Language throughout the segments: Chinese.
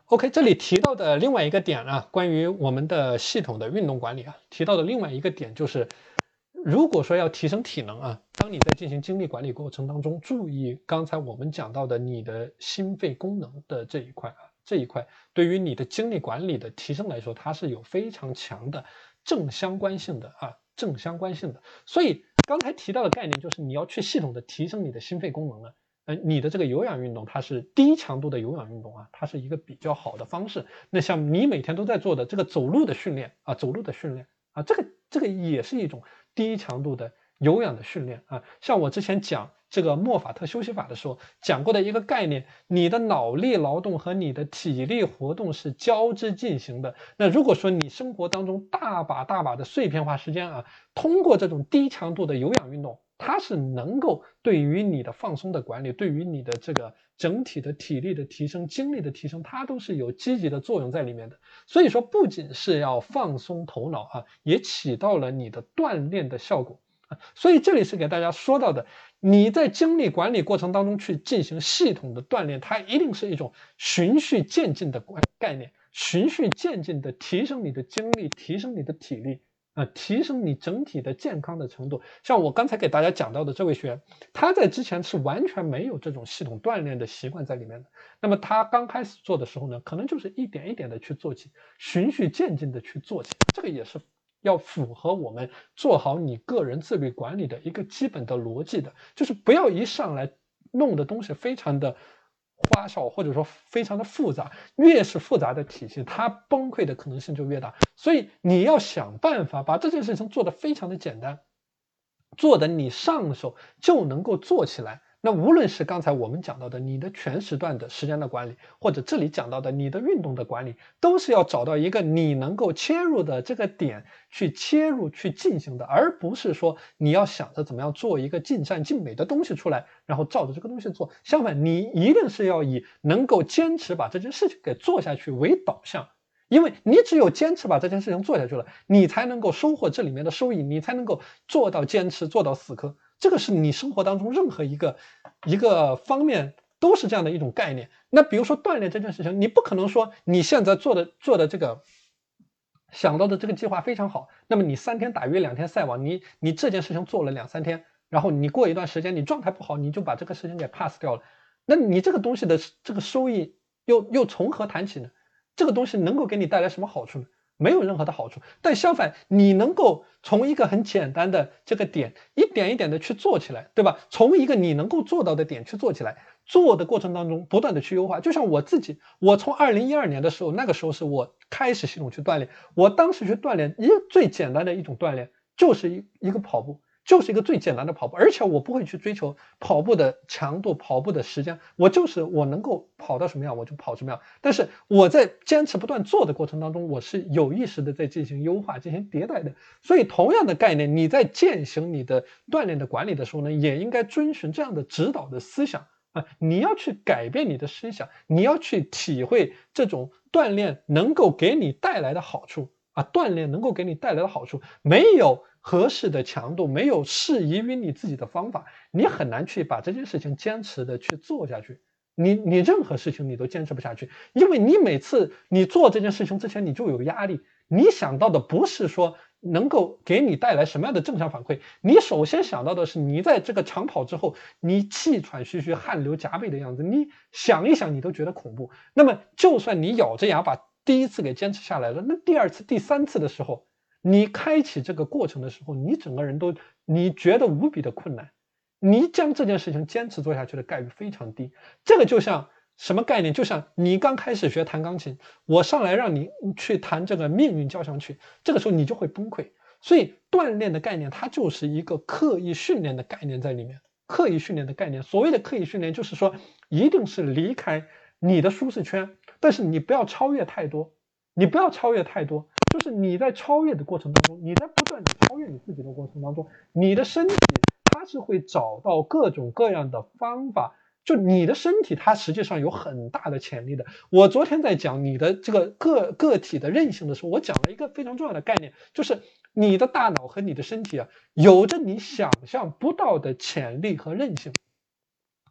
OK，这里提到的另外一个点啊，关于我们的系统的运动管理啊，提到的另外一个点就是，如果说要提升体能啊，当你在进行精力管理过程当中，注意刚才我们讲到的你的心肺功能的这一块啊，这一块对于你的精力管理的提升来说，它是有非常强的正相关性的啊，正相关性的。所以刚才提到的概念就是你要去系统的提升你的心肺功能了。你的这个有氧运动，它是低强度的有氧运动啊，它是一个比较好的方式。那像你每天都在做的这个走路的训练啊，走路的训练啊，这个也是一种低强度的有氧的训练啊。像我之前讲这个莫法特休息法的时候讲过的一个概念，你的脑力劳动和你的体力活动是交织进行的。那如果说你生活当中大把的碎片化时间啊，通过这种低强度的有氧运动，它是能够对于你的放松的管理，对于你的这个整体的体力的提升、精力的提升，它都是有积极的作用在里面的。所以说，不仅是要放松头脑啊，也起到了你的锻炼的效果啊。所以这里是给大家说到的，你在精力管理过程当中去进行系统的锻炼，它一定是一种循序渐进的概念，循序渐进的提升你的精力，提升你的体力。提升你整体的健康的程度。像我刚才给大家讲到的这位学员，他在之前是完全没有这种系统锻炼的习惯在里面的。那么他刚开始做的时候呢，可能就是一点一点的去做起，循序渐进的去做起。这个也是要符合我们做好你个人自律管理的一个基本的逻辑的，就是不要一上来弄的东西非常的花哨，或者说非常的复杂，越是复杂的体系，它崩溃的可能性就越大。所以你要想办法把这件事情做得非常的简单，做的你上手就能够做起来。那无论是刚才我们讲到的你的全时段的时间的管理，或者这里讲到的你的运动的管理，都是要找到一个你能够切入的这个点去切入去进行的，而不是说你要想着怎么样做一个尽善尽美的东西出来，然后照着这个东西做。相反，你一定是要以能够坚持把这件事情给做下去为导向。因为你只有坚持把这件事情做下去了，你才能够收获这里面的收益，你才能够做到坚持，做到死磕。这个是你生活当中任何一个方面都是这样的一种概念。那比如说锻炼这件事情，你不可能说你现在做的这个想到的这个计划非常好，那么你3天打鱼2天晒网，你这件事情做了2-3天，然后你过一段时间你状态不好，你就把这个事情给 pass 掉了，那你这个东西的这个收益又从何谈起呢？这个东西能够给你带来什么好处呢？没有任何的好处。但相反，你能够从一个很简单的这个点，一点一点的去做起来，对吧？从一个你能够做到的点去做起来，做的过程当中不断的去优化。就像我自己，我从2012年的时候，那个时候是我开始系统去锻炼，我当时去锻炼，最简单的一种锻炼就是一个跑步。就是一个最简单的跑步，而且我不会去追求跑步的强度、跑步的时间，我能够跑到什么样我就跑什么样。但是我在坚持不断做的过程当中，我是有意识的在进行优化、进行迭代的。所以同样的概念，你在践行你的锻炼的管理的时候呢，也应该遵循这样的指导的思想啊，你要去改变你的思想，你要去体会这种锻炼能够给你带来的好处。锻炼能够给你带来的好处，没有合适的强度，没有适宜于你自己的方法，你很难去把这件事情坚持的去做下去。你任何事情你都坚持不下去，因为你每次你做这件事情之前你就有压力，你想到的不是说能够给你带来什么样的正向反馈，你首先想到的是你在这个长跑之后，你气喘吁吁、汗流浃背的样子，你想一想你都觉得恐怖。那么就算你咬着牙把第一次给坚持下来了，那第2次、第3次的时候，你开启这个过程的时候，你整个人你觉得无比的困难，你将这件事情坚持做下去的概率非常低。这个就像什么概念？就像你刚开始学弹钢琴，我上来让你去弹这个命运交响曲，这个时候你就会崩溃。所以锻炼的概念，它就是一个刻意训练的概念在里面。刻意训练的概念，所谓的刻意训练，就是说一定是离开你的舒适圈。但是你不要超越太多，就是你在超越的过程当中，你在不断的超越你自己的过程当中，你的身体它是会找到各种各样的方法，就你的身体它实际上有很大的潜力的。我昨天在讲你的这个个体的韧性的时候，我讲了一个非常重要的概念，就是你的大脑和你的身体有着你想象不到的潜力和韧性。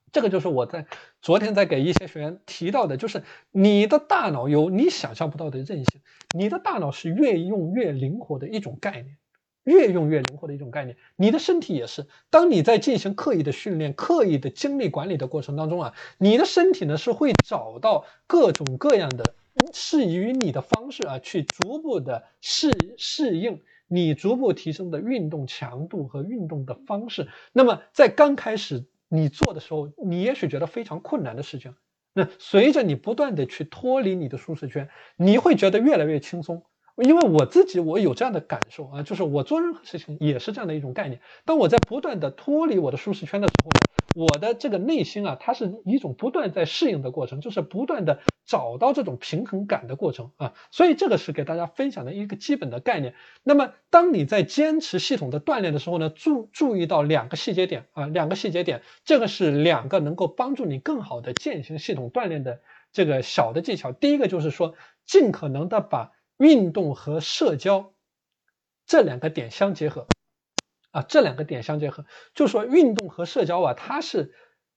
这个就是我在昨天在给一些学员提到的，就是你的大脑有你想象不到的韧性，你的大脑是越用越灵活的一种概念，越用越灵活的一种概念。你的身体也是，当你在进行刻意的训练、刻意的精力管理的过程当中啊，你的身体呢是会找到各种各样的适宜于你的方式啊，去逐步的适应你逐步提升的运动强度和运动的方式。那么在刚开始你做的时候，你也许觉得非常困难的事情，那随着你不断的去脱离你的舒适圈，你会觉得越来越轻松。因为我有这样的感受啊，就是我做任何事情也是这样的一种概念。当我在不断的脱离我的舒适圈的时候呢，我的这个内心啊，它是一种不断在适应的过程，就是不断的找到这种平衡感的过程啊。所以这个是给大家分享的一个基本的概念。那么当你在坚持系统的锻炼的时候呢，注意到两个细节点啊，这个是两个能够帮助你更好的践行系统锻炼的这个小的技巧。第一个就是说，尽可能的把运动和社交这两个点相结合啊，就是说运动和社交啊，它是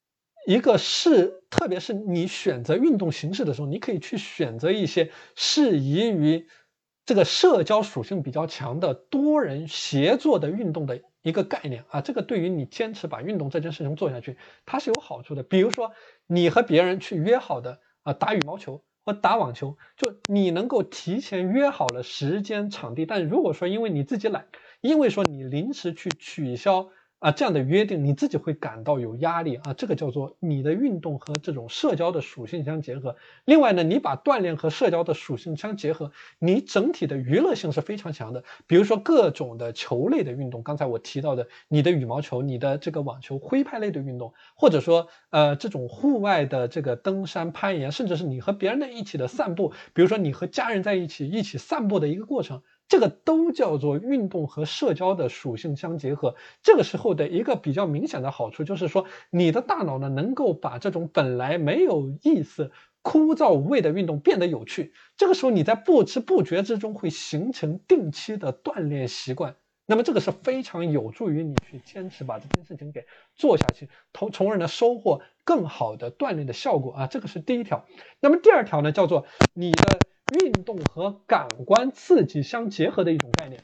特别是你选择运动形式的时候，你可以去选择一些适宜于这个社交属性比较强的多人协作的运动的一个概念啊，这个对于你坚持把运动这件事情做下去，它是有好处的。比如说你和别人去约好的啊，打羽毛球和打网球，就你能够提前约好了时间场地，但如果说因为你自己懒，因为说你临时去取消啊这样的约定，你自己会感到有压力啊，这个叫做你的运动和这种社交的属性相结合。另外呢，你把锻炼和社交的属性相结合，你整体的娱乐性是非常强的。比如说各种的球类的运动，刚才我提到的你的羽毛球、你的这个网球、挥拍类的运动，或者说这种户外的这个登山、攀岩，甚至是你和别人的一起的散步，比如说你和家人在一起散步的一个过程。这个都叫做运动和社交的属性相结合。这个时候的一个比较明显的好处就是说，你的大脑呢能够把这种本来没有意思、枯燥无味的运动变得有趣。这个时候你在不知不觉之中会形成定期的锻炼习惯。那么这个是非常有助于你去坚持把这件事情给做下去，从而呢收获更好的锻炼的效果啊，这个是第一条。那么第二条呢，叫做你的运动和感官刺激相结合的一种概念。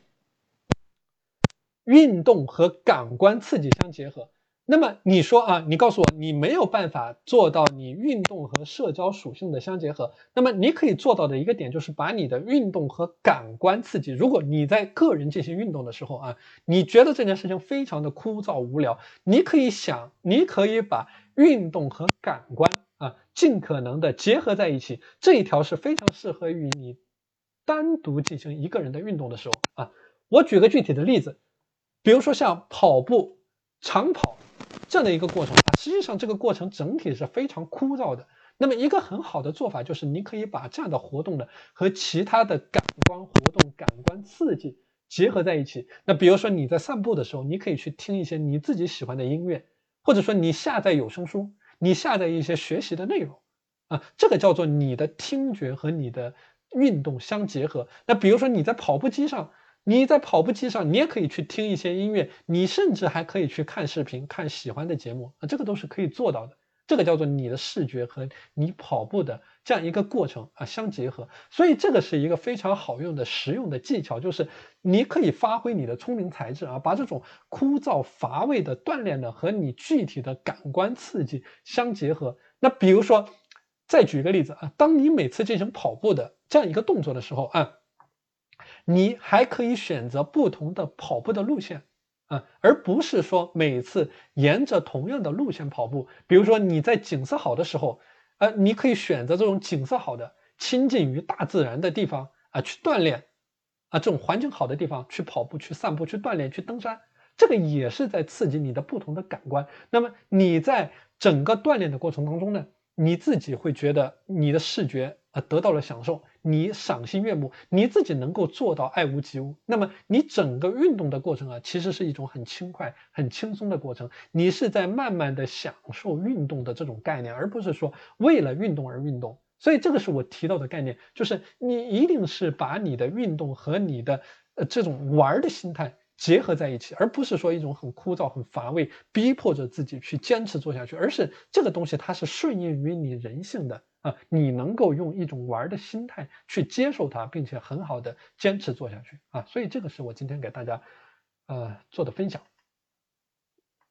运动和感官刺激相结合。那么你说啊，你告诉我你没有办法做到你运动和社交属性的相结合，那么你可以做到的一个点就是把你的运动和感官刺激，如果你在个人进行运动的时候啊，你觉得这件事情非常的枯燥无聊，你可以把运动和感官啊尽可能的结合在一起，这一条是非常适合于你单独进行一个人的运动的时候啊。我举个具体的例子，比如说像跑步、长跑这样的一个过程啊，实际上这个过程整体是非常枯燥的。那么一个很好的做法就是你可以把这样的活动呢和其他的感官活动、感官刺激结合在一起。那比如说你在散步的时候，你可以去听一些你自己喜欢的音乐，或者说你下载有声书，你下载一些学习的内容啊，这个叫做你的听觉和你的运动相结合。那比如说你在跑步机上，你也可以去听一些音乐，你甚至还可以去看视频、看喜欢的节目啊，这个都是可以做到的。这个叫做你的视觉和你跑步的这样一个过程啊相结合，所以这个是一个非常好用的实用的技巧，就是你可以发挥你的聪明才智啊，把这种枯燥乏味的锻炼呢和你具体的感官刺激相结合。那比如说，再举个例子啊，当你每次进行跑步的这样一个动作的时候啊，你还可以选择不同的跑步的路线啊，而不是说每次沿着同样的路线跑步。比如说你在景色好的时候，你可以选择这种景色好的、亲近于大自然的地方啊去锻炼啊，这种环境好的地方去跑步、去散步、去锻炼、去登山，这个也是在刺激你的不同的感官。那么你在整个锻炼的过程当中呢，你自己会觉得你的视觉得到了享受，你赏心悦目，你自己能够做到爱屋及乌。那么你整个运动的过程啊，其实是一种很轻快、很轻松的过程。你是在慢慢的享受运动的这种概念，而不是说为了运动而运动。所以这个是我提到的概念，就是你一定是把你的运动和你的这种玩的心态结合在一起，而不是说一种很枯燥、很乏味，逼迫着自己去坚持做下去，而是这个东西它是顺应于你人性的啊，你能够用一种玩的心态去接受它，并且很好的坚持做下去啊，所以这个是我今天给大家做的分享。